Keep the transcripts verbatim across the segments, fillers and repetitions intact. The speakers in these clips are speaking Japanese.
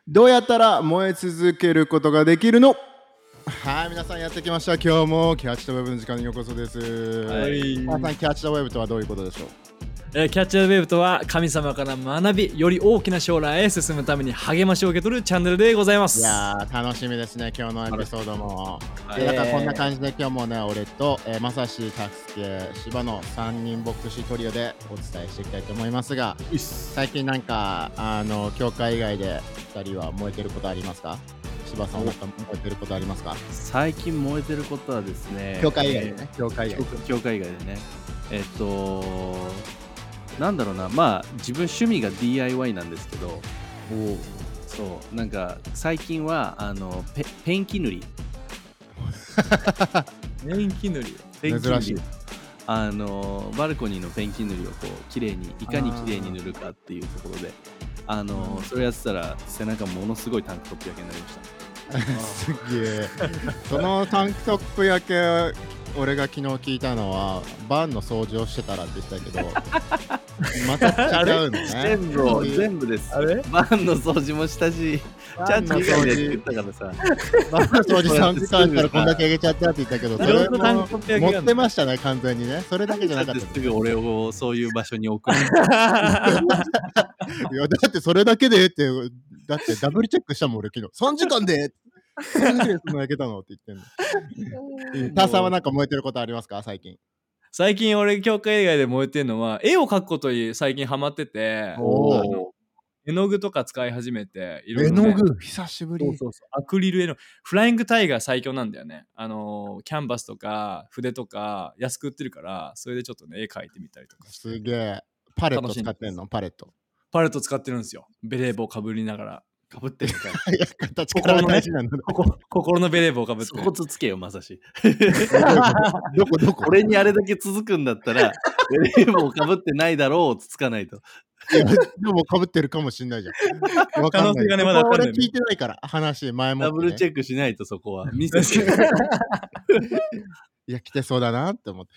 どうやったら燃え続けることができるの？はい、皆さんやってきました。今日もキャッチ・ザ・ウェブの時間にようこそです。 はい。 皆さん、キャッチ・ザ・ウェブとはどういうことでしょう？ えーキャッチ・ザ・ウェブとは神様から学び、より大きな将来へ進むために励ましを受け取るチャンネルでございまいす。 やー、楽しみですね、今日のエピソードも。 はいでだからこんな感じで今日もね、俺と、えー、まさし、たすけ、芝のさんにん牧師トリオでお伝えしていきたいと思いますが、 いっす最近なんか、あの、教会以外でふたりは燃えてることありますか？芝さん、なんか燃えてることありますか？ 最近燃えてることはですね、 教会以外でね、教会以え外ー教教会以外でね、えっと、なんだろうな、まあ、自分趣味が ディーアイワイ なんですけど、そう、なんか最近はあのペペンキ塗り、 ペンキ塗り。 ペンキ塗り珍しい。 あのバルコニーのペンキ塗りをこう綺麗にいかに綺麗に塗るかっていうところで、あのそれやってたら背中ものすごいタンクトップ焼けになりました。 すげえ。そのタンクトップ焼け、俺が昨日聞いたのは、バンの掃除をしてたらって言ってたけど、また違うのね。 全部をそういう全部です。 あれバンの掃除もしたし、ちゃんと以外でって言ったからさ。 バンの掃除さんじかんしたらこんだけあげちゃったって言ったけど、それいろんなタンもクトップ焼きがある持ってましたね、完全にね。それだけじゃなかった。 すぐ俺をそういう場所に置くの。 いや、だってそれだけでって、だってダブルチェックしたもん、俺昨日。さんじかんでそれだけでそんな焼けたのって言ってんの。ターさんはなんか燃えてることありますか、最近？ 最近俺教会以外で燃えてるのは絵を描くことに最近ハマってて、 おーあの絵の具とか使い始めていろいろ、ね、 絵の具、久しぶり。 そうそうそうアクリル絵のフライングタイガー最強なんだよね。あのキャンバスとか筆とか安く売ってるから、それでちょっとね絵描いてみたりとかしてすげえ。パレット楽しんでます使ってんの？パレット。 パレット使ってるんですよ。ベレー帽かぶりながら。 かぶってるかいや、形から大事なの。 ここ心のベレー帽かぶってら。コツつけよ、まさし。 どこどこ俺にあれだけ続くんだったら、ベレー帽かぶってないだろうをつつかないと。 いや、でも被ってるかもしんないじゃん。わかんない。 可能性がねそこまだわかんないね俺聞いてないから、話、前もって、ね。 ダブルチェックしないとそこは。見せて。 いや、来てそうだなって思って。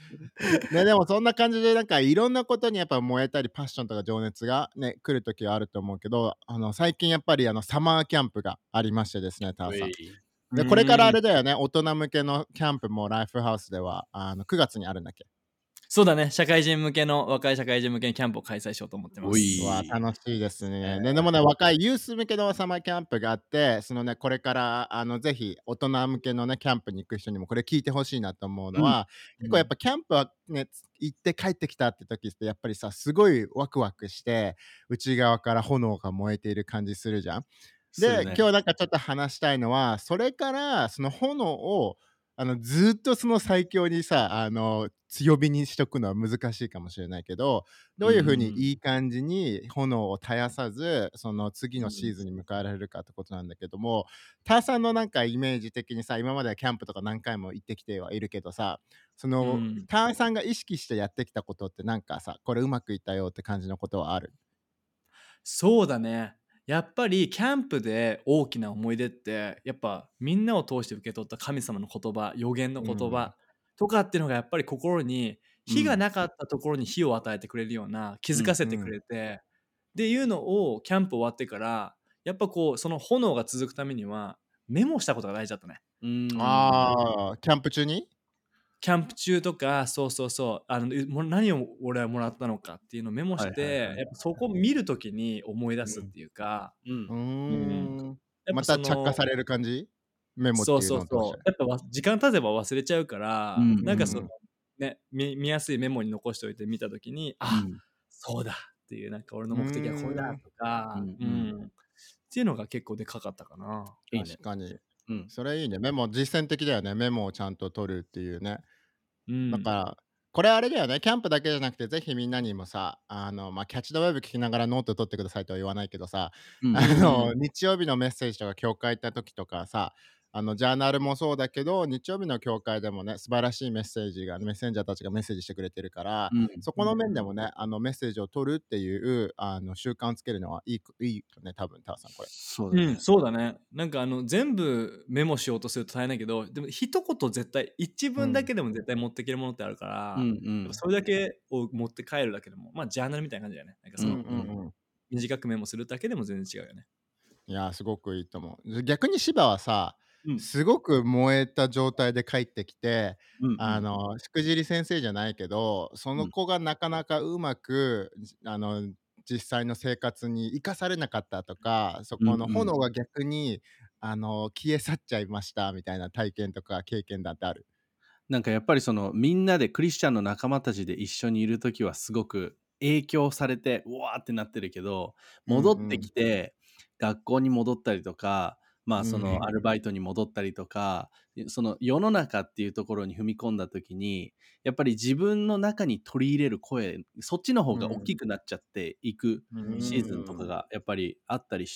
ね、でもそんな感じで、なんかいろんなことにやっぱ燃えたり、パッションとか情熱がね、来るときはあると思うけど、あの、最近やっぱりあの、サマーキャンプがありましてですね、ターさん。で、これからあれだよね、大人向けのキャンプもライフハウスでは、あの、くがつにあるんだっけ？ そうだね、社会人向けの若い社会人向けのキャンプを開催しようと思ってます。 おいうわ楽しいですね。ねでもね、若いユース向けのサマーキャンプがあって、そのね、これからあのぜひ大人向けのね、キャンプに行く人にもこれ聞いてほしいなと思うのは、 うん結構やっぱキャンプはね、行って帰ってきたって時ってやっぱりさ、すごいワクワクして、内側から炎が燃えている感じするじゃん。で、 するね今日なんかちょっと話したいのは、それからその炎をあのずっとその最強にさ、あの強火にしとくのは難しいかもしれないけど、どういう風にいい感じに炎を絶やさず、その次のシーズンに迎えられるかってことなんだけども、ターさんのなんかイメージ的にさ、今まではキャンプとか何回も行ってきてはいるけどさ、その、 うんターさんが意識してやってきたことってなんかさ、これうまくいったよって感じのことはある？ そうだね。やっぱりキャンプで大きな思い出ってやっぱみんなを通して受け取った神様の言葉、予言の言葉とかっていうのがやっぱり心に火がなかったところに火を与えてくれるような、気づかせてくれて、っていうのをキャンプ終わってからやっぱこうその炎が続くためにはメモしたことが大事だったね。 うんああ、キャンプ中に？ キャンプ中とか、そうそうそう、あのうもう何を俺はもらったのかっていうのをメモしはいはいはいて、 はいやっぱそこを見るときに思い出すっていうか、 うんうーうんん。またやっぱその着火される感じ？メモっそうていうのを通して。 そうそう。やっぱわ時間経てば忘れちゃうから、 うんうんなんかそのうんね、見見やすいメモに残しておいて見たときに、あ、 うんそうだっていう、なんか俺の目的はこれだとか、 ううんん、っていうのが結構でかかったかな。 いいね確かに。 うんそれいいね。メモ、実践的だよね。メモをちゃんと取るっていうね。 うんだから、これあれだよね。キャンプだけじゃなくて、ぜひみんなにもさ、あの、まあ、キャッチ・ザ・ウェブ聞きながらノート取ってくださいとは言わないけどさ、 うんあの、日曜日のメッセージとか教会行った時とかさ、あの、ジャーナルもそうだけど、日曜日の教会でもね、素晴らしいメッセージが、メッセンジャーたちがメッセージしてくれてるから、 うんそこの面でもね、あの、メッセージを取るっていうあの習慣をつけるのはいいいいよね、多分、タワさん、これ。 うん、 そうだねそうだね。なんかあの全部メモしようとすると大変だけど、でも一言絶対一文だけでも絶対持っていけるものってあるから、 うんうやっんぱそれだけを持って帰るだけでも、まあジャーナルみたいな感じだよね。なんかその、 うんうんうん。 短くメモするだけでも全然違うよね。 いや、すごくいいと思う。じ逆に芝はさ、 うん。 すごく燃えた状態で帰ってきて、 うんうん。 あの、しくじり先生じゃないけど、そうん。 の子がなかなかうまく、じあの、実際の生活に生かされなかったとか、そこのうんうん。 炎が逆に、あの、消え去っちゃいましたみたいな体験とか経験だってある？ なんかやっぱりそのみんなでクリスチャンの仲間たちで一緒にいるときはすごく影響されて、うわーってなってるけど、 うん戻ってうん。 きて、学校に戻ったりとか、まあうそのアん。 ルバイトに戻ったりとか、その世の中っていうところに踏み込んだときに、やっぱり自分の中に取り入れる声、そっちの方が大うん。 きくなっちゃっていくうシーズンとかん。 がやっぱりあったりして、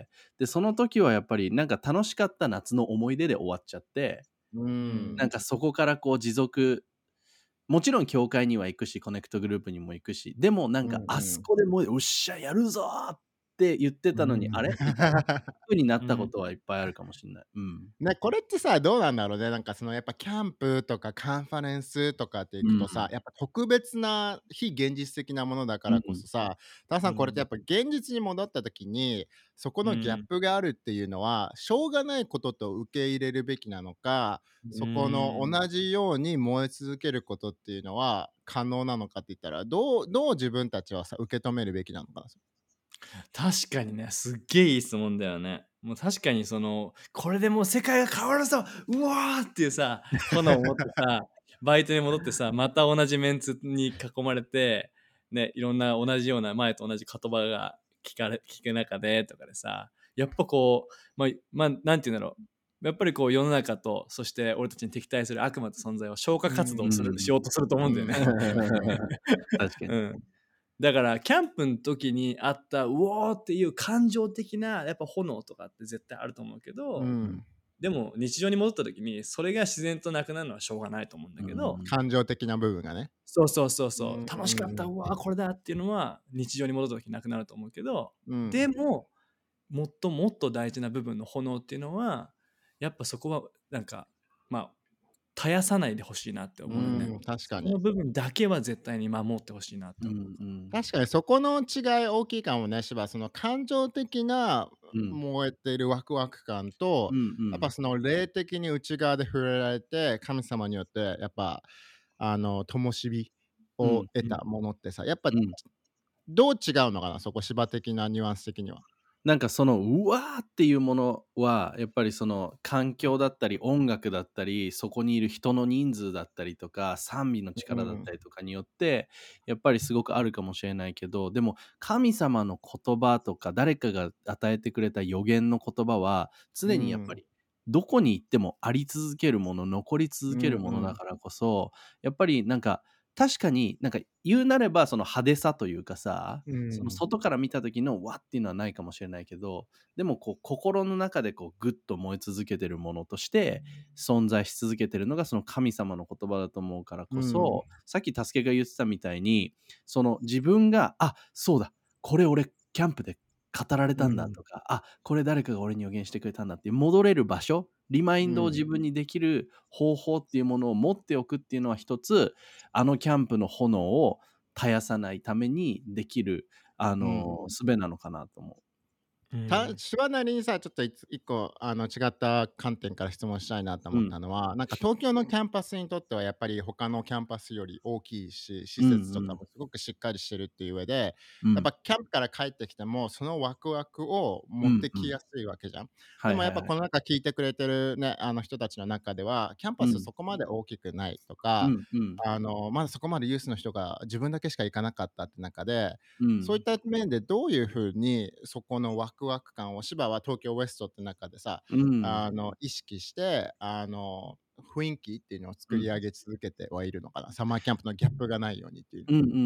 で、その時はやっぱりなんか楽しかった夏の思い出で終わっちゃって、 ううん。 なんん。 かそこからこう持続もちろん教会には行くし、コネクトグループにも行くし、でもなんうんかあうん。 そこでもう、「よっしゃ、やるぞ」って言ってうたのに、 ん。 あれ？みたいな風になったこうん。 とはいっぱいあるかもしんない。うん。 ね、これってさ、どうなんだろうね。なんかそのやっぱキャンプとかカンファレンスとかって行うん。 くとさ、やっぱ特別な非現実的なものだからこうん。 そさ、タカさんこれってうん。 やっぱ現実に戻った時に、そこのギャッうん。 プがあるっていうのは、しょうがないことと受け入れるべきなのか、 うそこのん。 同じように燃え続けることっていうのは可能なのかって言ったら、どうどう自分たちはさ、受け止めるべきなのかな？ 確かにね、すっげえいい質問だよね。もう確かにその、これでもう世界が変わるぞうわーっていうさ、炎を持ってさ、バイトに戻ってさ、また同じメンツに囲まれて、ね、いろんな同じような前と同じ言葉が聞かれ聞く中でとかでさ、やっぱこう、まあ、まあ、なんて言うんだろう。やっぱりこう世の中と、そして俺たちに敵対する悪魔と存在は消火活動うん。 をする、しうん。 ようとすると思うんだよね。 確かに。 うん。だから、キャンプの時にあった、うおーっていう感情的な、やっぱ炎とかって絶対あると思うけど、 うん。 でも日常に戻った時に、それが自然となくなるのはしょうがないと思うんだうんうけど、 ん。 感情的な部分がね。 そうそうそううんそう、楽しかった、 うんうわーこれだっていうのは日常に戻った時なくなると思うけど、 うん。 でも、もっともっと大事な部分の炎っていうのは、やっぱそこはなんか、まあ、絶やさないでほしいなってう思うよね。 ん、確かに。 そこの部分だけは絶対に守ってほしいなっうんて思う。 うん。 確かにそこの違い大きいかもね、芝。その感情的なうん。 燃えているワクワク感と、 うんうん。 やっぱその霊的に内側で触れられて、神様によってやっぱ、あの、灯火をうんうん。 得たものってさ、やっぱうん。 どう違うのかな、そこ芝的なニュアンス的には。 なんかその、うわーっていうものは、やっぱりその環境だったり、音楽だったり、そこにいる人の人数だったりとか、賛美の力だっうん。 たりとかによって、やっぱりすごくあるかもしれないけど、でも神様の言葉とか、誰かが与えてくれた予言の言葉は、常にやっぱうん。 りどこに行ってもあり続けるもの、残り続うんけるものうん。 だからこそ、やっぱりなんか、確かになんか言うなればその派手さというかさ、 うん。 その外から見た時のわっていうのはないかもしれないけど、でもこう心の中でこうグッと燃え続けてるものとして存在し続けてるのがその神様の言葉だと思うからこうん。 そ、さっき助けが言ってたみたいに、その自分が、あ、そうだ、これ俺キャンプで語られたんだうん。 とか、あ、これ誰かが俺に予言してくれたんだっていう戻れる場所、リマインドをうん。 自分にできる方法っていうものを持っておくっていうのは一つ、あのキャンプの炎を絶やさないためにできる、あうん。 の、術なのかなと思たうん。 芝なりにさ、ちょっといつ一個あの違った観点から質問したいなとう。 思っうん。 たのは、なんか東京のキャンパスにとってはやっぱり他のキャンパスより大きいし、施うん設とうん。 かもすごくしっかりしてるっていう上で、 うん。 やっぱキャンプから帰ってきても、そのワクワクを持ってうんうん。 きやすいわけじゃん。でもやっぱはいはいはい。 この中聞いてくれてるね、あの人たちの中では、キャンパスうん。 そこまで大きくないとうか、 んうん。 あの、まだそこまでユースの人が自分だけしか行かなかったって中で、 うん。 そういった面でどういう風にそこのワクワク感を芝は東京ウエストって中でさ、 うん。 あの、意識して、あの、雰囲気っていうのを作うん。 り上げ続けてはいるのかな。サマーキャンプのギャップがないようにっていう。 うんうんうん。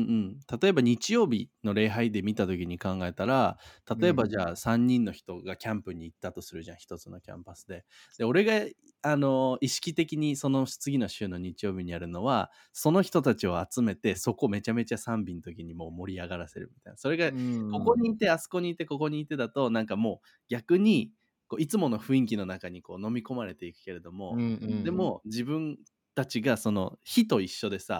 例えば日曜日の礼拝で見た時に考えたら、 うん。 例えばじゃあさんにんの人がキャンプに行ったとするじゃん、一つのキャンパスで。で、俺があの、意識的にその次の週の日曜日にやるのは、その人たちを集めて、そこめちゃめちゃ賛美の時にもう盛り上がらせるみたいな。それがうん。 ここにいて、あそこにいて、ここにいてだと、なんかもう逆に、こういつもの雰囲気の中にこう飲み込まれていくけれども、 うんうん。 でも自分たちがその火と一緒でさ、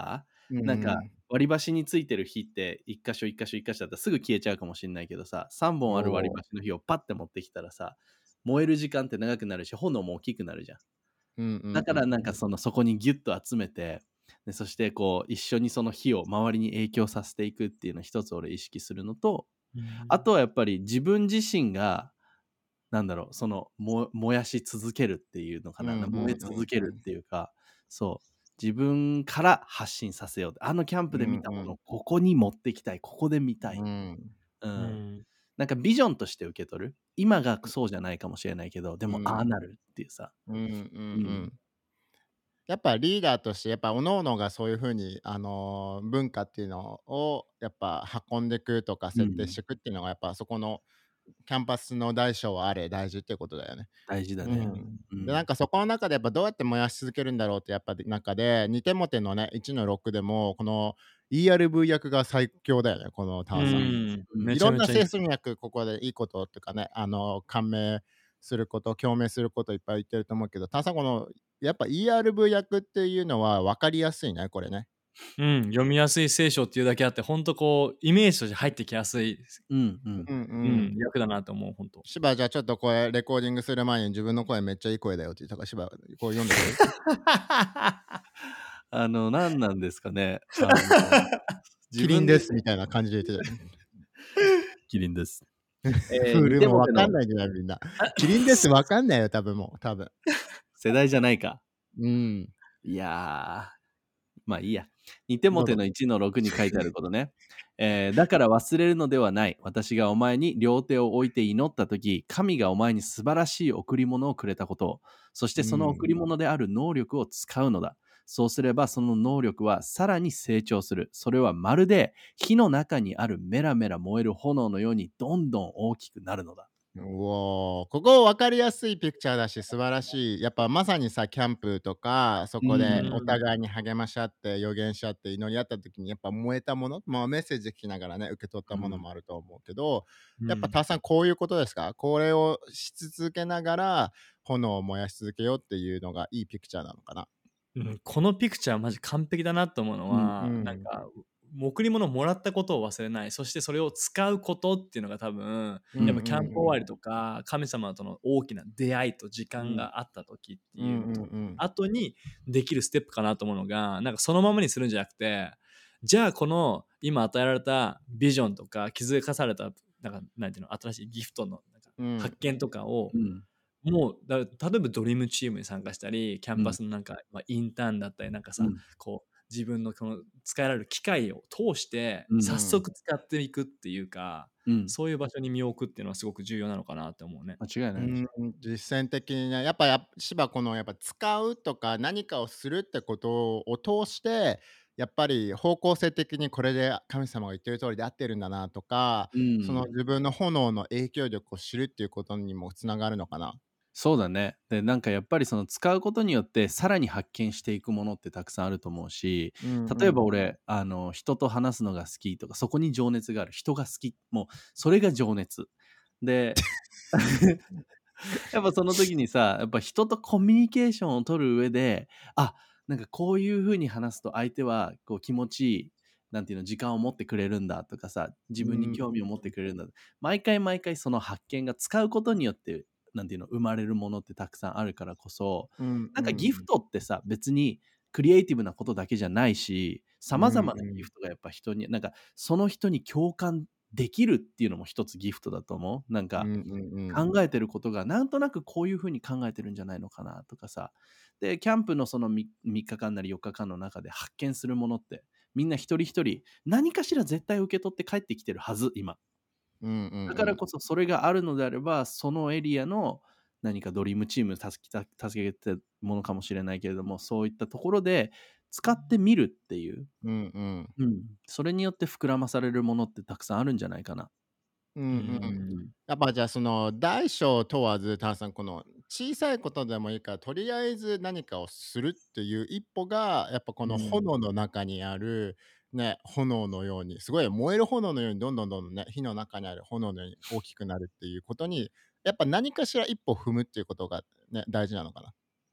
うなんかん。 割り箸についてる火って一箇所一箇所一箇所だったらすぐ消えちゃうかもしれないけどさ、さんぼんある割りおー。 箸の火をパッて持ってきたらさ、燃える時間って長くなるし、炎も大きくなるじゃん。 うんうんうん。 だからなんかそのそこにギュッと集めて、でそしてこう一緒にその火を周りに影響させていくっていうのを一つ俺意識するのと、あとはやっぱり自分自身がなんだろう、そのも燃やし続けるっていうのかな、 うんうん燃えうん続けるっていうか、そう、自分から発信させよう。あのキャンプで見たもの、 うんここに持ってきたい、ここで見たい。 うん。 う。 うんん。 なんかビジョンとして受け取る。今がそうじゃないかもしれないけど、でもうんああなるっていうさ。 うんうんううん。 ん。やっぱリーダーとしてやっぱ各々がそういう風にあの、文化っていうのをやっぱ運んでくとかうん。 設定してくっていうのがやっぱそこのキャンパスの大小あれ大事ってことだよね。 大事だね。 うん。で、なんうん。 かそこの中でやっぱどうやって燃やし続けるんだろうってやっぱ中で、にテモテのね、いちのろくでも、この イーアールブイ 役が最強だよね、このタうーさん。 ん。 うん。 めいろんなちゃめちゃいい。 整数脈、ここでいいこととかね、あの、感銘すること、共鳴することいっぱい言ってると思うけど、ターさんこの、やっぱ イーアールブイ 役っていうのは分かりやすいね、これね。 うん、読みやすい聖書っていうだけあって、ほんとこう、イメージとして入ってきやすい、 うんうん。 うんううん、 ん。 役だなと思う、ほんと。 芝、じゃあちょっとこれレコーディングする前に自分の声めっちゃいい声だよって言ったから、芝、こう読んでくれる？ あの、何なんですかね。あの、自キリン分でですみたいな感じで言ってたよね。 キリンです。 フえー、 ーにルもわかテモテのんないんじゃないみんな。キリンですわかんないよ、多分もう、多分。 世代じゃないか。 うん。 いやー、まあいいや。にテモどうぞ。 テのいちのろくに書いてあることね。えーだから忘れるのではない。私がお前に両手を置いて祈ったとき、神がお前に素晴らしい贈り物をくれたことを、そしてその贈り物である能力を使うのだ。そうすればその能力はさらに成長する。それはまるで火の中にあるメラメラ燃える炎のようにどんどん大きくなるのだ。 うおー、ここ分かりやすいピクチャーだし、素晴らしい。やっぱまさにさ、キャンプとか、そこうでん。 お互いに励まし合って、予言し合って、祈り合った時にやっぱ燃えたもの、まあメッセージ聞きながらね、受け取ったものうん。 もあると思うけど、 うん。 やっぱターさんこういうことですか？これをし続けながら、炎を燃やし続けようっていうのがいいピクチャーなのかな？ うん、このピクチャーマジ完璧だなと思うのうん。 うは、なんん。 か、贈り物をもらったことを忘れない、そしてそれを使うことっていうのが多分、 うんやっぱキャンプ終うんわりとか、神様との大きな出会いと時うん。 間があった時ってうんういうのと、 んうん。 後にできるステップかなと思うのが、なんかそのままにするんじゃなくて、じゃあこの今与えられたビジョンとか気づかされた、なんか、なんていうの、新しいギフトのなんかうん。 発見とかを、 うん。 もうだ例えばドリームチームに参加したり、キャンパうん。 スのなんか、まあ、インターンだったり、なんかさ、 うん。 こう自分のこの使えられる機会を通してうん。 早うん。 速使っていくっていうか、 うんそういう場所に身を置くっていうのはすごく重要なのかなって思うね。 う間違いない。 ん、実践的にね、やっぱや芝このやっぱ使うとか何かをするってことを通して、やっぱり方向性的にこれで神様が言ってる通りで合ってるんだなとか、 うそのん。 自分の炎の影響力を知るっていうことにもつながるのかな。 そうだね。で、なんかやっぱりその使うことによってさらに発見していくものってたくさんあると思うし、 うんうん。 例えば俺、あの、人と話すのが好きとか、そこに情熱がある。人が好き。もう、それが情熱。で、やっぱその時にさ、やっぱ人とコミュニケーションを取る上で、あ、なんかこういう風に話すと相手はこう気持ちいい、なんていうの、時間を持ってくれるんだとかさ、自分にうん興味を持ってくれるんだ。毎回毎回その発見が使うことによって、なんていうの、生まれるものってたくさんあるからこそ、 うんなんかうんギフトってさ、別にクリエイティブなことだけじゃないし、 うん様々なうんギフトがやっぱ人に、なんかその人に共感できるっていうのも一つギフトだと思う。なんか、 うんうん考えてることがなんとなくこういうふうに考えてるんじゃないのかなとかさ。で、キャンプのその 3, 日間なりよっかかんの中で発見するものってみんな一人一人何かしら絶対受け取って帰ってきてるはず、今。 うんうんだからこそそれがあるのであれば、そのエリアの何かドリームチーム助けた助けてものかもしれないけれども、そういったところで使ってみるっていう、 うんうんうん、それによって膨らまされるものってたくさんあるんじゃないかな。 うんううん。 ん。 やっぱじゃあその大小問わず、タンさんこの小さいことでもいいから、とりあえず何かをするっていう一歩が、やっぱこのうん。 炎の中にある、ね、炎のように、すごい燃える炎のようにどんどんどんどんね、火の中にある炎のように大きくなるっていうことに、やっぱ何かしら一歩踏むっていうことがね、大事なのかな。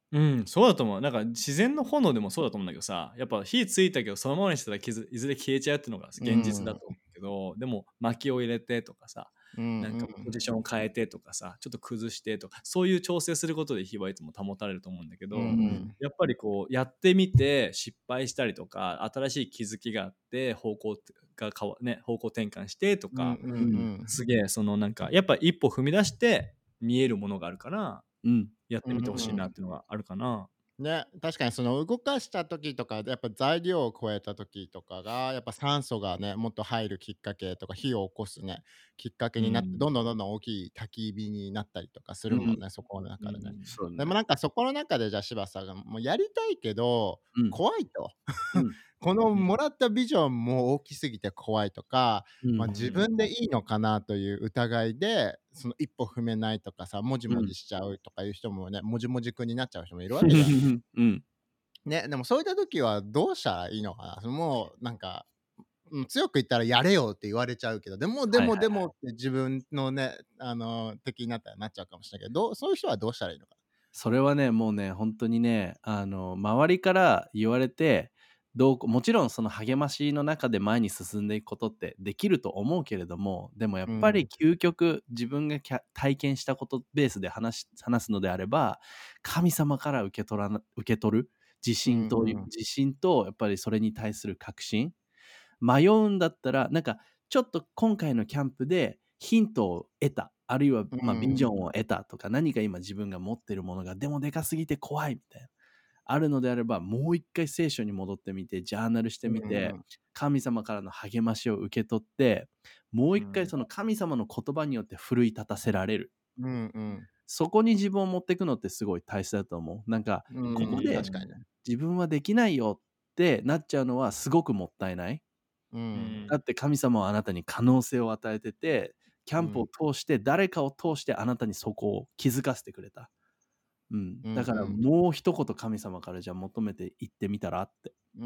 うん、そうだと思う。なんか自然の炎でもそうだと思うんだけどさ、やっぱ火ついたけどそのままにしたらいずいずれ消えちゃうっていうのがう現実だん。 と思うけど、でも薪を入れてとかさ、 うんうなんかポジん。 ションを変えてとかさ、ちょっと崩してとか、そういう調整することで火はいつも保たれると思うんだけうど、 んやっぱりこうやってみて失敗したりとか、新しい気づきがあって方向が変わね、方向転換してとうん。うんか、 うんううん。 ん。 すげえそのなんかやっぱ一歩踏み出して見えるものがあるから、 うん。 やっうんてみてほしいうん。 なっていうのがあるかな。 ね、確かにその動かした時とかでやっぱ材料を超えた時とかがやっぱ酸素がねもっと入るきっかけとか火を起こすねきっかけになってうん。 どんどんどんどん大きい焚き火になったりとかすうん。 るもんね、そこのう中でね。 ん。 そうね。 でもなんかそこの中でじゃあ柴さんがもうやりたいけどうん。 怖いと。 うん。 このうん。 もらったビジョンも大きすぎて怖いとか、まあ、 うん。 自分でいいのかなという疑いでその一歩踏めないとかさもじうん。 もじしちゃうとかいう人もねもじもじくんになっちゃう人もいるわけじゃん。 うん。 ね、でもそういった時はどうしたらいいのかな。もうなんか、うん、強く言ったらやれよって言われちゃうけど、でもではいはい。 もでもって自分のね、あの、敵になったらなっちゃうかもしれないけど、どうそういう人はどうしたらいいのかそれはね、もうね、本当にね、あの、周りから言われて、どうこもちろんその励ましの中で前に進んでいくことってできると思うけれども、でもやっな。うぱりん。 究極自分がキャ体験したことベースで話し話すのであれば、神様から受け取らな受け取る自う信とんうん。 自信とやっぱりそれに対する確信。迷うんだったら、なんかちょっと今回のキャンプでヒントを得た、あるいは、 うまあ、ビジョん。 ンを得たとか、何か今自分が持ってるものが、でもでかすぎて怖いみたいな、あるのであれば、もう一回聖書に戻ってみて、ジャーナルしてうんみて、 うん。 神様からの励ましを受け取って、もう一回うん。 その神様の言葉によって奮い立たせられる。 うんうん。 そこに自分を持っていくのってすごい大切だと思う。なんか、 うんうん。 ここで確かにね。 自分はできないよってなっちゃうのはすごくもったいない。 ううん。 だん。 って神様はあなたに可能性を与えてて、キャンプをうん。 通して、誰かを通してあなたにそこを気づかせてくれた。うん。 うんうだからん。 もう一言神様からじゃあ求めていってみたらって。 うん、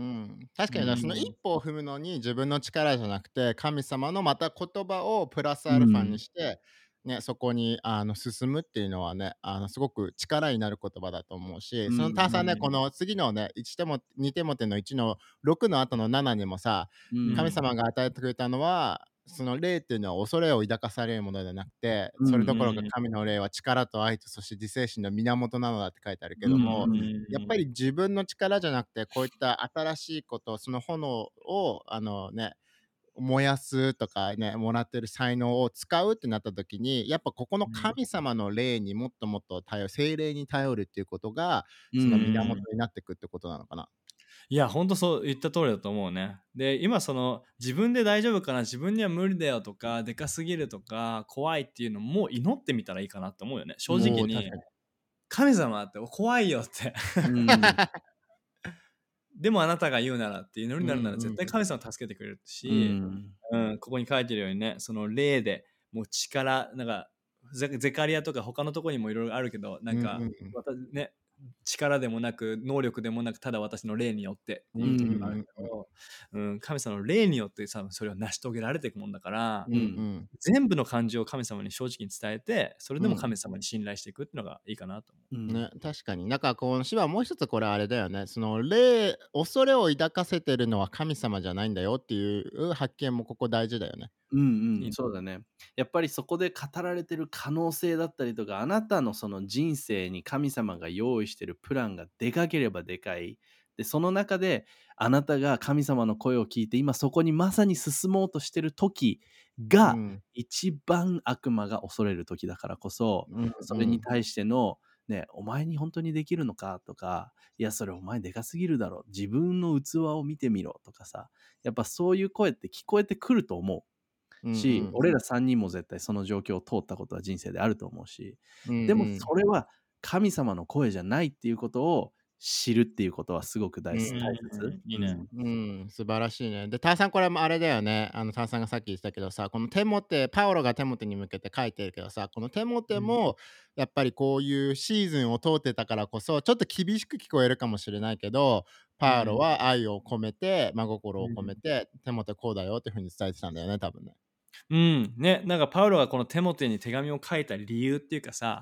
確うかにだその一ん。 歩を踏むのに自分の力じゃなくて神様のまた言葉をプラスうアルファにん。 して、ね、そこにあの進むっていうのはねあのすごく力になる言葉だと思うし、 うん。 そのターさんねこうん。 の次のねいちテモにテモテのいちのろくの後のななにもさ、神うん。 様が与えてくれたのはその霊っていうのは恐れを抱かされるものではなくて、 うん。 それどころかうん。 神の霊は力と愛とそして自制心の源なのだって書いてあるけうん。 ども、 うん。 やっぱり自分の力じゃなくて、こういった新しいこと、その炎をあのね、燃やすとかね、もらってる才能を使うってなった時に、やっぱここのうん。 神様の霊にもっともっと頼る、精霊に頼るっていうことが、 うそのん。 源になってくってことなのかな。 いや、ほんとそう言った通りだと思うね。で、今その自分で大丈夫かな、自分には無理だよとか、でかすぎるとか、怖いっていうのも祈ってみたらいいかなって思うよね。正直うん。 に、 おお、確かに。 神様って怖いよって。 うん。 でもあなたが言うならって祈りうんになるなら絶うん。 対神様助けてくれるうし、 ん。 うん、ここに書いてるようにね、その霊でもう力、なんかゼゼカリアとか他のところにもいろいろあるけど、なんうんうかんうん。 わたね、力でもなく能力でもなくただ私の霊によってってうんいう時もあるうんけど、うん、神様の霊によって多分それを成し遂げられていくもんだから、 うん。うんううん。 ん。 全部の感情を神様に正直に伝えて、それでもうん。 神様に信頼していくっていうのがいいかなと思う。 うん。 ね、確かに。だからこの詩はもう一つこれあれだよね。その霊、恐れを抱かせてるのは神様じゃないんだよっていう発見もここ大事だよね。 うんうん、 いいね。 そうだね。やっぱりそこで語られてる可能性だったりとか、あなたのその人生に神様が用意してるプランがでかければでかい。で、その中であなたが神様の声を聞いて、今そこにまさに進もうとしてる時うが、 ん。 一番悪魔が恐れる時だからこそ、 うんそうん。 れに対しての、ね、お前に本当にできるのかとか、いや、それお前でかすぎるだろ。自分の器を見てみろとかさ、やっぱそういう声って聞こえてくると思う。 うんうし、 ん。 俺らさんにんも絶対その状況を通ったことは人生であると思うし、 うんでもうん。 それは神様の声じゃないっていうことを知るっていうことはすごく大うん大うん切。 うん、いいね。 うん。 うん、素晴らしいね。で、ターさんこれもあれだよね。あのターさんがさっき言ってたけどさ、このテモテ、パウロがテモテに向けて書いてるけどさ、このテモうん。 テもやっぱりこういうシーズンを通ってたからこそ、ちょっと厳しく聞こえるかもしれないけど、パウロうん。 は愛を込めて、真心を込めうん。 て、テモテこうだよっていうふうに伝えてたんだよね、多分ね。 うん、ね、なんかパウロがこのテモテに手紙を書いた理由っていうかさ、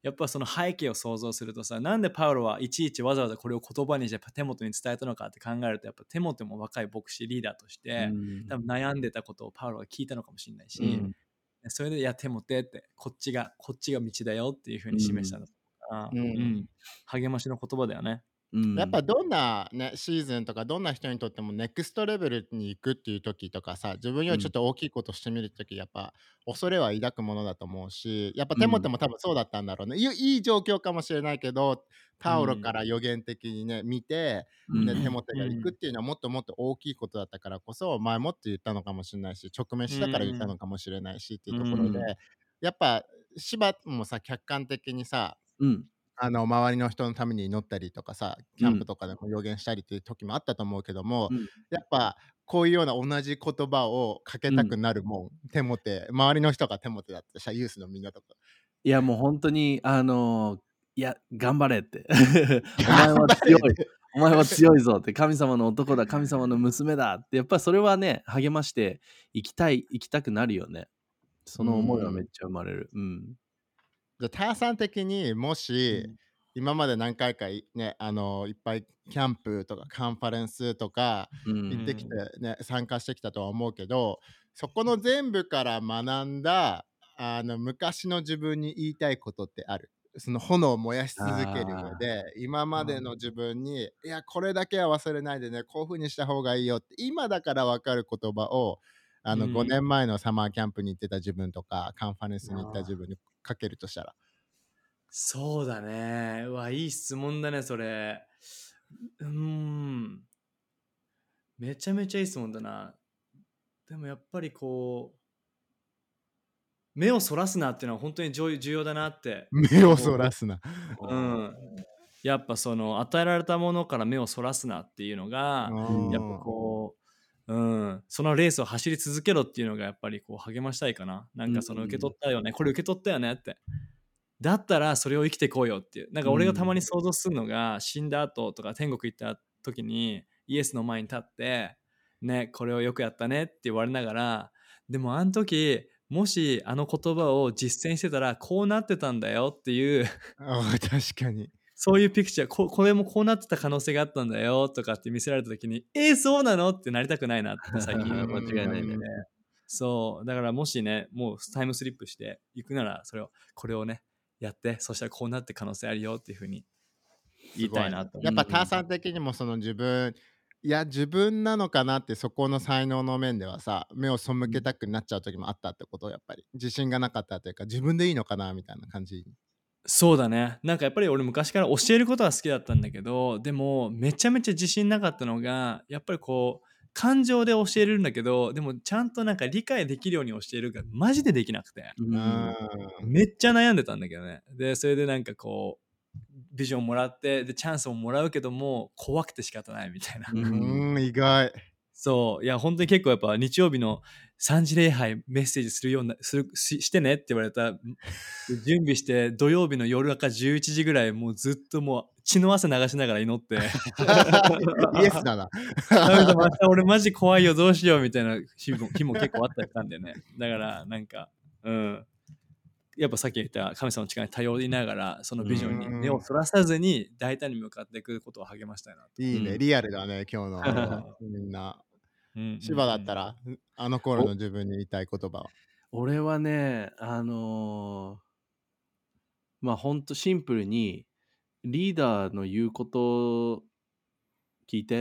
やっぱその背景を想像するとさ、なんでパウロはいちいちわざわざこれを言葉にしてテモテに伝えたのかって考えると、やっぱテモテも若い牧師リーダーとしうて、 ん多分悩んでたことをパウロは聞いたのかもしれないし、 うんそれでいやテモテってこっちがこっちが道だよっていうふうに示したのかな、 うんうん励ましの言葉だよね。 うんやっぱどんな、ね、シーズンとかどんな人にとってもネクストレベルに行くっていう時とかさ、自分よりちょっと大きいことしてみる時、やっぱ恐れは抱くものだと思うし、やっぱテモテも多分そうだったんだろうね。いいいい状況かもしれないけど、パウロから予言的にね見て、 うんね、テモテが行くっていうのはもっともっと大きいことだったからこそ、前もって言ったのかもしれないし、直面したから言ったのかもしれないしっていうところで、 うんやっぱ柴もさ客観的にさ、 うんあの周りの人のために祈ったりとかさ、キャンプとかでも予言したりっていう時もあったと思うけども、 うんやっぱこういうような同じ言葉をかけたくなるもん、テモテ、周りの人がテモテだったし、ユースのみんなとか。 いやもう本当にあのいや頑張れってお前は強いお前は強いぞって神様の男だ神様の娘だってやっぱそれはね励まして行きたい行きたくなるよね。その思いはめっちゃ生まれる。うんじゃあターさん的にもし、 うん今まで何回かいね、あのいっぱいキャンプとかカンファレンスとかうん行ってきてね、参加してきたとは思うけど、そこの全部から学んだあの昔の自分に言いたいことってある？その炎を燃やし続ける上で、今までの自分に、いや、これだけは忘れないでね、こういう風にした方がいいよって、今だから分かる言葉を、あのうんごねんまえのサマーキャンプに行ってた自分とか、カンファレンスに行った自分にかけるとしたら。 そうだね。うわ、いい質問だね、それ。うーん。めちゃめちゃいい質問だな。でもやっぱりこう、目をそらすなっていうのは本当に重重要だなって。 目をそらすな。 うん。やっぱその与えられたものから目をそらすなっていうのが、 んやっぱこう、うん、そのレースを走り続けろっていうのがやっぱりこう励ましたいかな。なんかその受け取ったよね、これ受け取ったよねって。だったらそれを生きていこうよっていう。なんか俺がたまに想像するのが、死んだ後とか天国行った時にイエスの前に立ってね、これをよくやったねって言われながら、でもあの時もしあの言葉を実践してたらこうなってたんだよっていうああ、確かに。 そういうピクチャー、ここれもこうなってた可能性があったんだよとかって見せられた時に、えー、そうなのってなりたくないなって最近間違いないね。 そうだからもしね、もうタイムスリップして行くならそれをこれをねやって、そしたらこうなって可能性あるよっていうふうに言いたいなと思う。 やっぱターさん的にもその自分、いや自分なのかなってそこの才能の面ではさ、目を背けたくなっちゃう時もあったってこと？やっぱり自信がなかったというか、自分でいいのかなみたいな感じ。 そうだね。なんかやっぱり俺昔から教えることは好きだったんだけど、でもめちゃめちゃ自信なかったのが、やっぱりこう感情で教えれるんだけど、でもちゃんとなんか理解できるように教えるがマジでできなくて、 うんめっちゃ悩んでたんだけどね。でそれでなんかこうビジョンもらって、でチャンスももらうけども怖くて仕方ないみたいな。 うーん、意外。 そういや本当に結構やっぱ日曜日のさんじ礼拝メッセージするようなする し, してねって言われた準備して土曜日の夜中じゅういちじぐらいもうずっともう血の汗流しながら祈ってイエスだな。 ダメだまた俺マジ怖いよどうしようみたいな日も日も結構あったりしたんだよね。だからなんかうんやっぱさっき言った神様の力に頼りながらそのビジョンに目をそらさずに大胆に向かっていくことを励ましたいなと。 いいね、 うんリアルだね、今日のあれはみんな。 うん芝だったら、あの頃の自分に言いたい言葉は。 俺はね、あのーまあほんとシンプルにリーダーの言うこと聞いてって。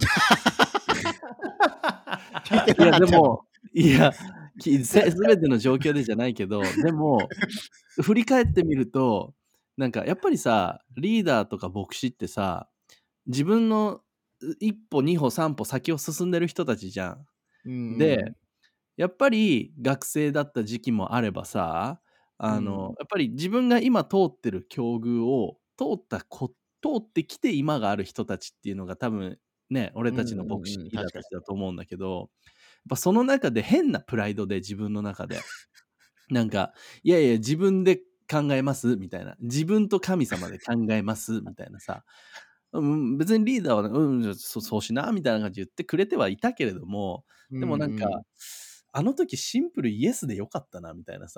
いやでも、いや、きせすべての状況でじゃないけど、でも、振り返ってみると、なんかやっぱりさ、リーダーとか牧師ってさ、自分の一歩二歩三歩先を進んでる人たちじゃん。 うんで、やっぱり学生だった時期もあればさ、あの、 うんやっぱり自分が今通ってる境遇を通ったこ通ってきて今がある人たちっていうのが多分ね、俺たちの牧師うんうんうんリーダーたちだと思うんだけど、やっぱその中で変なプライドで自分の中でなんかいやいや自分で考えますみたいな、自分と神様で考えますみたいなさ、うん、別にリーダーはね、うん、そそうしなみたいな感じで言ってくれてはいたけれども、でもなんか、 うんうんあの時シンプルイエスでよかったなみたいなさ。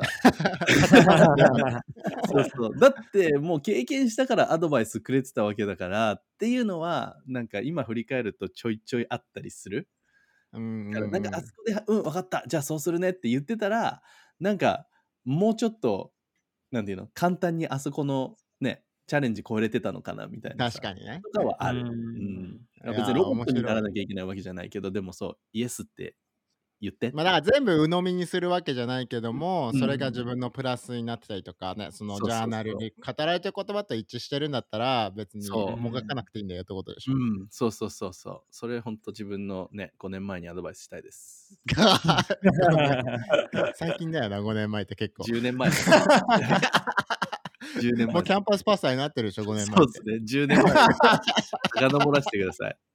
そうそう。だってもう経験したからアドバイスくれてたわけだからっていうのはなんか今振り返るとちょいちょいあったりする。 うんだからなんかうんあそこでうん分かったじゃあそうするねって言ってたらなんかもうちょっとなんていうの簡単にあそこのねチャレンジ超えれてたのかなみたいなさ確かにね。 とかはうある。うん。 ん。 あい別にロボットにやー面白い。 ならなきゃいけないわけじゃないけどでもそうイエスって言ってっまあ、だかて。 ら全部鵜呑みにするわけじゃないけども、 うん。 それが自分のプラスになってたりとかね、そのそうジャーそうそう。 ナルに語られてる言葉と一致してるんだったら、別にそう。 もがかなくていいんだよってことでしょ。 うん、そうそうそうそう。それほんと自分のね、ごねんまえにアドバイスしたいです。 ごねん。最近だよな、ごねんまえって結構。 じゅうねんまえ。じゅうねんまえ。 もうキャンパスパスターになってるでしょ、ごねんまえって。 そうですね、じゅうねんまえ。遡らせてください。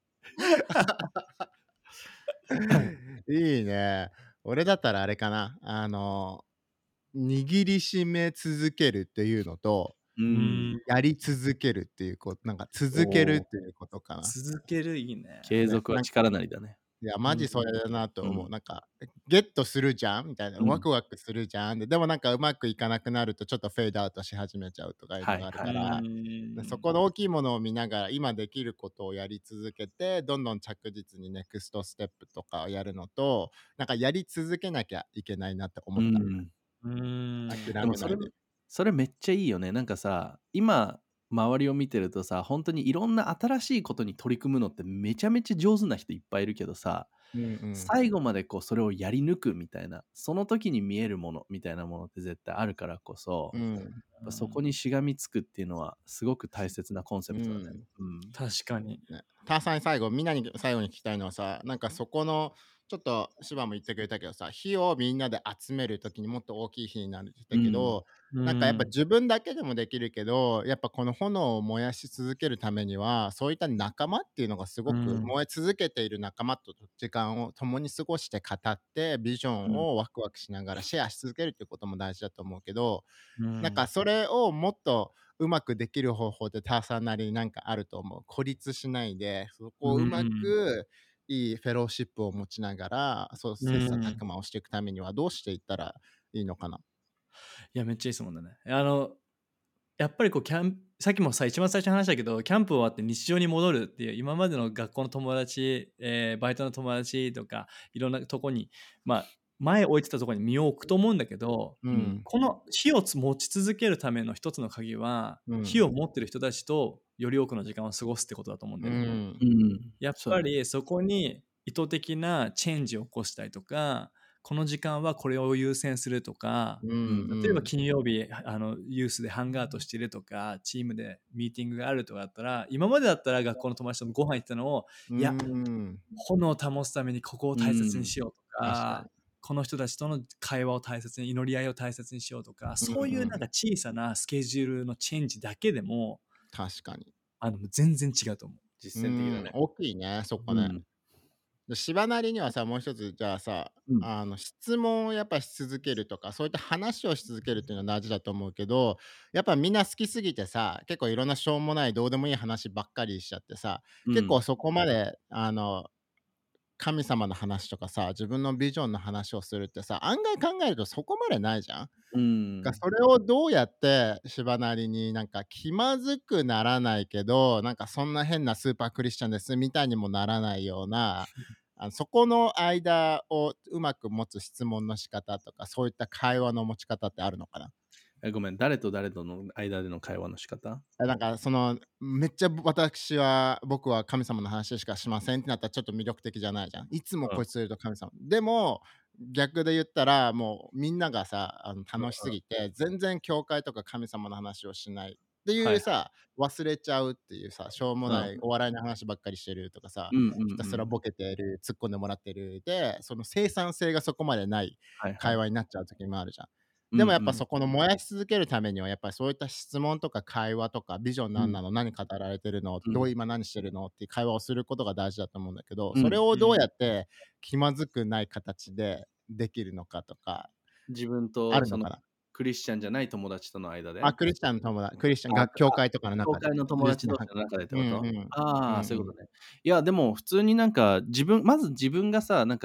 いいね。俺だったらあれかな。あの、握りしめ続けるっていうのと、 う。 うんん。 やり続けるっていうこと、なんか続けるっていうことかな。 続けるいいね。 継ね、 続はなん力なりだね。 いや、マジそれだなと思う。 うんなんか、ゲットするじゃんみたいな、 うんワクワクするじゃんで、でもなんかうまくいかなくなるとちょっとフェードアウトし始めちゃうとかいうのがあるかはいら、 うんそこの大きいものを見ながら今できることをやり続けて、どんどん着実にネクストステップとかをやるのと、なんかやり続けなきゃいけないなって思った。 うん。 うん。 諦でもそれめないで。 それめっちゃいいよね。なんかさ、今周りを見てるとさ、本当にいろんな新しいことに取り組むのってめちゃめちゃ上手な人いっぱいいるけどさ、 うんうん。 最後までこうそれをやり抜くみたいな、その時に見えるものみたいなものって絶対あるからこそ、 うん。 やっぱそこにしがみつくっていうのはすごく大切なコンセプトだね。うん。 確かに。 ね、ターさんに最後、みんなに最後に聞きたいのはさ、なんかそこの、ちょっと芝も言ってくれたけどさ、火をみんなで集めるときにもっと大きい火になるって言ったけど、なんかやっぱ自分だけでもできるけど、やっぱこの炎を燃やし続けるためには、そういった仲間っていうのがすごくうん燃え続けている仲間と時間を共に過ごして語って、ビジョンをワクワクしながらシェアし続けるっていうことも大事だと思うけど、 うんなんかそれをもっとうまくできる方法ってターさんなりになんかあると思う。孤立しないで、そこをうまくいいフェローシップを持ちながら、そう切磋琢磨をしていくためにはどうしていったらいいのかな。 いやめっちゃいい質問だね。あのやっぱりこうキャンさっきもさ一番最初に話したけどキャンプ終わって日常に戻るっていう今までの学校の友達、えーバイトの友達とかいろんなとこにまあ前置いてたところに身を置くと思うんだけど、 うん。 この火をつ持ち続けるための一つの鍵は、 うん火を持ってる人たちとより多くの時間を過ごすってことだと思うんうだよね。 ん。 うん。 やっぱりそこに意図的なチェンジを起こしたりとか、この時間はこれを優先するとか、 うん。 例えば金曜日あのユースでハンガーとしてるとかチームでミーティングがあるとかだったら、今までだったら学校の友達とご飯行ってたのを、 うん、 いやうん炎を保つためにここを大切にしようとうん確かか、 この人たちとの会話を大切に祈り合いを大切にしようとか、そういうなんか小さなスケジュールのチェンジだけでも確かに。 あの全然違うと思う。 実践的だね。 うん大きいね、そこね。 うんで芝なりにはさ、もう一つ、じゃあさ、 うんあの質問をやっぱし続けるとか、そういった話をし続けるっていうのは大事だと思うけど、やっぱみんな好きすぎてさ、結構いろんなしょうもないどうでもいい話ばっかりしちゃってさ、 うん結構そこまであの神様の話とかさ、自分のビジョンの話をするってさ、案外考えるとそこまでないじゃん。 うんがそれをどうやって芝なりになんか気まずくならないけど、なんかそんな変なスーパークリスチャンですみたいにもならないような、あのそこの間をうまく持つ質問の仕方とか、そういった会話の持ち方ってあるのかな。 えごめん、誰と誰との間での会話の仕方あなんかそのめっちゃ私は僕は神様の話しかしませんってなったらちょっと魅力的じゃないじゃん。いつもこいつといると神様。でも逆で言ったらもうみんながさあの楽しすぎて全然教会とか神様の話をしないっていうさ、忘れちゃうっていうさしょうもないお笑いの話ばっかりしてるとかさ、 うんうんうんひたすらボケてる突っ込んでもらってるでその生産性がそこまでないはいはい会話になっちゃう時もあるじゃん。でもやっぱそこの燃やし続けるためにはやっぱりそういった質問とか会話とかビジョン何なの、何語られてるの、 うんどう今何してるのっていう会話をすることが大事だと思うんだけど、 うんそれをどうやって気まずくない形でできるのかとか自分あとそのるのかな。 クリスチャンじゃない友達との間であ、クリスチャンの友達、クリスチャン、 あ学教会とかの中で。 教会の友達同士の中でってこと、 うんうんああ、 うんそういうことね。いや、でも普通になんか自分、まず自分がさ、なんか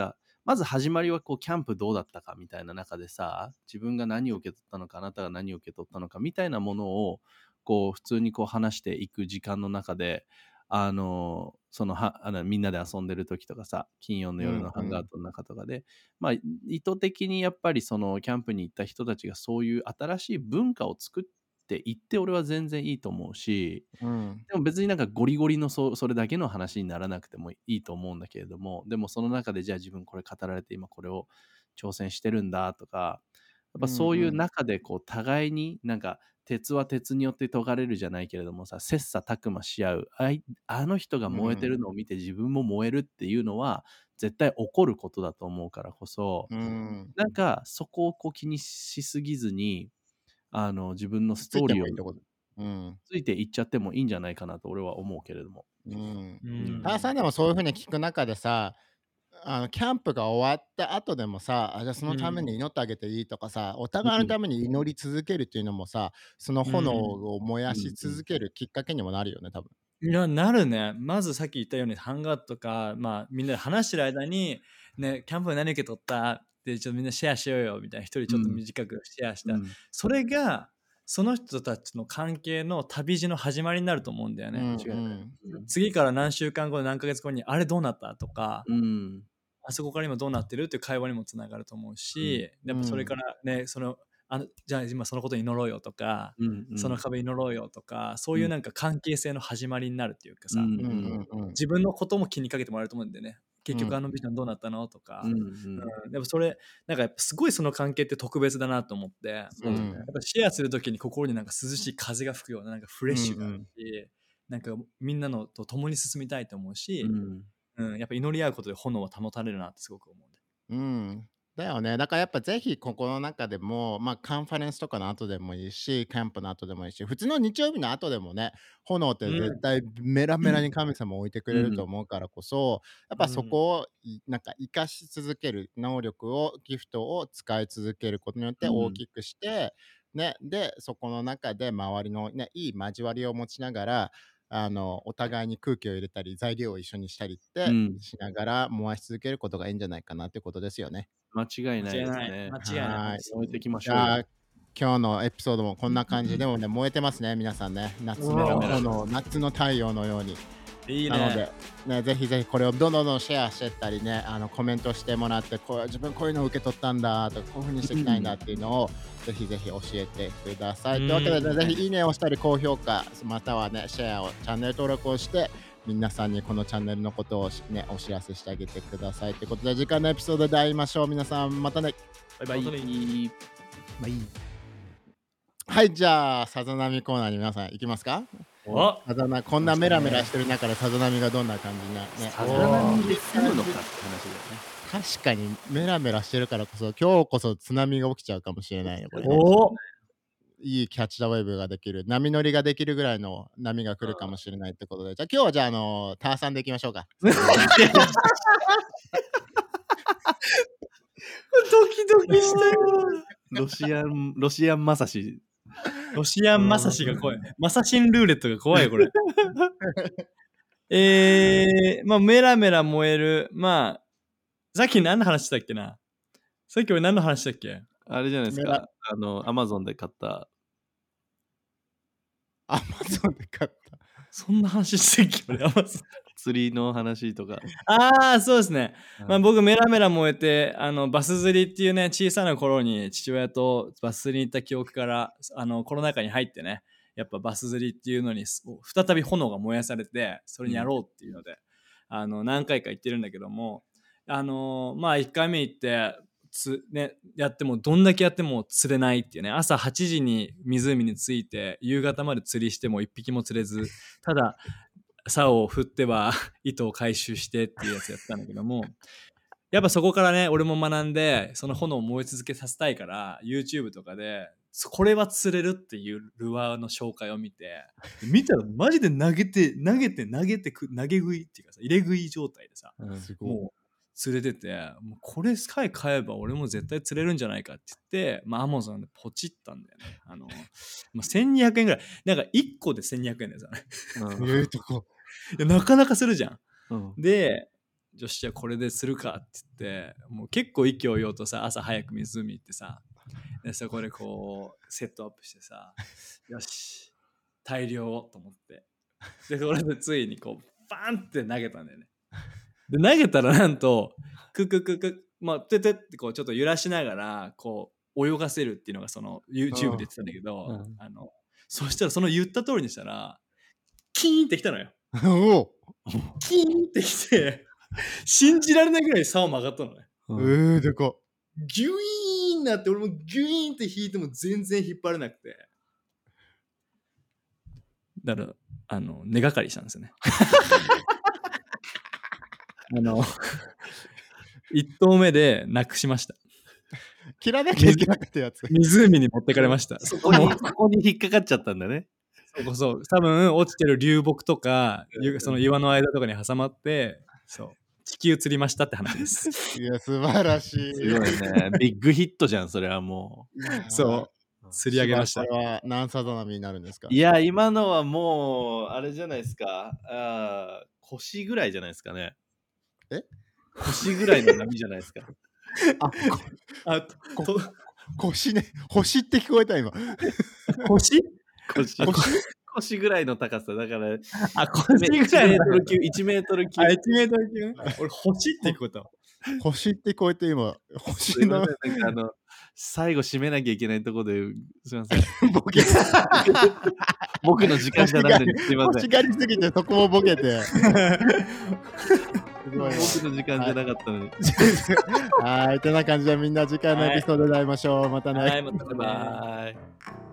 まず始まりはこうキャンプどうだったかみたいな中でさ、自分が何を受け取ったのか、あなたが何を受け取ったのかみたいなものをこう普通にこう話していく時間の中で、あのそのはあのみんなで遊んでる時とかさ、金曜の夜のハンガートの中とかで、まあ意図的にやっぱりそのキャンプに行った人たちがそういう新しい文化を作っていって俺は全然いいと思うし、 うんでも別になんかゴリゴリの そ, それだけの話にならなくてもいいと思うんだけれども、でもその中でじゃあ自分これ語られて今これを挑戦してるんだとか、やっぱそういう中でこう互いになんか鉄は鉄によって研がれるじゃないけれどもさ、切磋琢磨し合う、あいあの人が燃えてるのを見て自分も燃えるっていうのは絶対起こることだと思うからこそ、 うんなんかそこをこう気にしすぎずに、あの自分のスついてトーリーをもいいってこと。うんついていっちゃってもいいんじゃないかなと俺は思うけれども。 うんうんターさんでもそういうふうに聞く中でさ、あのキャンプが終わった後でもさ、あじゃあそのために祈ってあげていいとかさ、お互いのために祈り続けるっていうのもさ、その炎を燃やし続けるきっかけにもなるよね、多分。 いや、なるね。まずさっき言ったように、ハンガーとか、まあ、みんなで話してる間に、ね、キャンプで何受け取ったって、ちょっとみんなシェアしようよ、みたいな、一人ちょっと短くシェアした。 うんそれが、その人たちの関係の旅路の始まりになると思うんだよね。 うん間違いないうん次から何週間後、何ヶ月後に、あれどうなったとか、 うんあそこから今どうなってるっていう会話にもつながると思うし、 うんやっぱそれからね、その、あのじゃあ今そのことに祈ろうよとか、 うんうんその壁に祈ろうよとか、そういうなんか関係性の始まりになるっていうかさ、 うんうんうんうん自分のことも気にかけてもらえると思うんでね、結うん局あのビジョンどうなったのとか、 うんうんうんでもそれなんかやっぱすごいその関係って特別だなと思って、 そうだねやっぱシェアするときに心になんか涼しい風が吹くようななんかフレッシュがあるし、なんかみんなのと共に進みたいと思うし、 うんうんやっぱ祈り合うことで炎は保たれるなってすごく思うんで。 うんだよね。だからやっぱぜひここの中でも、まあカンファレンスとかの後でもいいし、キャンプの後でもいいし、普通の日曜日の後でもね、炎って絶対メラメラに神様置いてくれると思うからこそ、やっぱそこをいなんか生かし続ける能力を、ギフトを使い続けることによって大きくして、ね、で、そこの中で周りのね、いい交わりを持ちながら、あのお互いに空気を入れたり材料を一緒にしたりってうんしながら燃やし続けることがいいんじゃないかなってことですよね。 間違いないですね。 間違いない。間違いはないい。 燃えていきましょうよ。 じゃあ今日のエピソードもこんな感じでもね燃えてますね皆さんね。夏の炎、夏の太陽のように。 いいなのでね。 ねぜひぜひこれをどんどんどんシェアしてったりね、あのコメントしてもらって、こう自分こういうのを受け取ったんだとかこういうふうにしていきたいんだっていうのをぜひぜひ教えてください。というわけで、ね、ぜひいいねをしたり高評価またはねシェアをチャンネル登録をして皆さんにこのチャンネルのことを、ね、お知らせしてあげてくださいということで、次回のエピソードで会いましょう。皆さんまたね。 バイバイ。 本当にバイはい、じゃあさざ波コーナーに皆さん行きますか。 おさざなこんなメラメラしてる中でさざ波がどんな感じなね。 さざ波で済むのかって話だよね。 確かにメラメラしてるからこそ今日こそ津波が起きちゃうかもしれないよこれね。 おいいキャッチ・ザ・ウェーブができる、波乗りができるぐらいの波が来るかもしれないってことで、じゃあ今日はじゃあ、あのーターさんでいきましょうか。 ドキドキしたよ。 ロシアン、ロシアンマサシ。 ロシアンマサシが怖い。マサシンルーレットが怖いよ、これ。えー、まあ、メラメラ燃える。まあ、さっき何の話したっけなさっき俺何の話したっけあれじゃないですメラか。あの、アマゾンで買った。 アマゾンで買った。 そんな話したっけ俺、アマゾン。 釣りの話とか。 ああ、そうですね。 うんまあ、僕、メラメラ燃えて、あの、バス釣りっていうね、小さな頃に父親とバス釣りに行った記憶から、あの、コロナ禍に入ってね、やっぱバス釣りっていうのに、再び炎が燃やされて、それにやろうっていうので、あの、何回か行ってるんだけども、あの、まあ、いっかいめ行って、つね、やってもどんだけやっても釣れないっていうね、朝はちじに湖に着いて夕方まで釣りしても一匹も釣れず、ただ竿を振っては糸を回収してっていうやつやったんだけども、やっぱそこからね俺も学んで、その炎を燃え続けさせたいから YouTube とかでこれは釣れるっていうルアーの紹介を見て、見たらマジで投げて投げて投げてく投げ食いっていうかさ、入れ食い状態でさ、 すごい。 もう釣れてて、もうこれさえ買えば俺も絶対釣れるんじゃないかって言って、まあ、アマゾンでポチったんだよね。あの、まあ、せんにひゃくえんぐらい。なんかいっこでせんにひゃくえんだよ、それ。 うんいうとこ。 いやなかなかするじゃん。 うんで、 よしじゃあこれでするかって言ってもう結構勢いよとさ朝早く湖行ってさでそこでこうセットアップしてさよし大量と思ってでそれでついにこうバーンって投げたんだよね。で投げたらなんとククククまあててってこうちょっと揺らしながらこう泳がせるっていうのがその YouTube で言ってたんだけど、 うん、 あのそしたらその言った通りにしたらキーンってきたのよ。 おキーンってきて信じられないぐらい竿曲がったのね。 えー、でかっ。 ギュイーンなって俺もギュイーンって引いても全然引っ張れなくてだからあの根がかりしたんですよね。あの一投目でなくしました。 切らなきゃいけなかったやつ。 湖に持ってかれました。 そこにそこに引っかかっちゃったんだね。 そうそう多分落ちてる流木とかその岩の間とかに挟まってそう地球釣りましたって話です。 いや素晴らしい。 すごいね。ビッグヒットじゃんそれはもう。そう釣り上げました。 これは何サザナミになるんですか。 いや今のはもうあれじゃないですか。あ腰ぐらいじゃないですかね。 え？ 腰ぐらいの波じゃないですか。 あ、あここ腰ね、星って聞こえた今。 腰？ 腰腰ぐらいの高さだから。 あ、腰ぐらいの高さ。 いちメートル級。 あ、いちメートル級。俺星って聞こえた。 星って聞こえて今星のなんかあの最後締めなきゃいけないところですみません。僕の時間じゃないのにすみません。 欲しがりすぎてそこもボケて。 僕の時間じゃなかったのに。 はい、てな感じでみんな次回のエピソードで会いましょう。またね。 はい、またね。 バイバイ。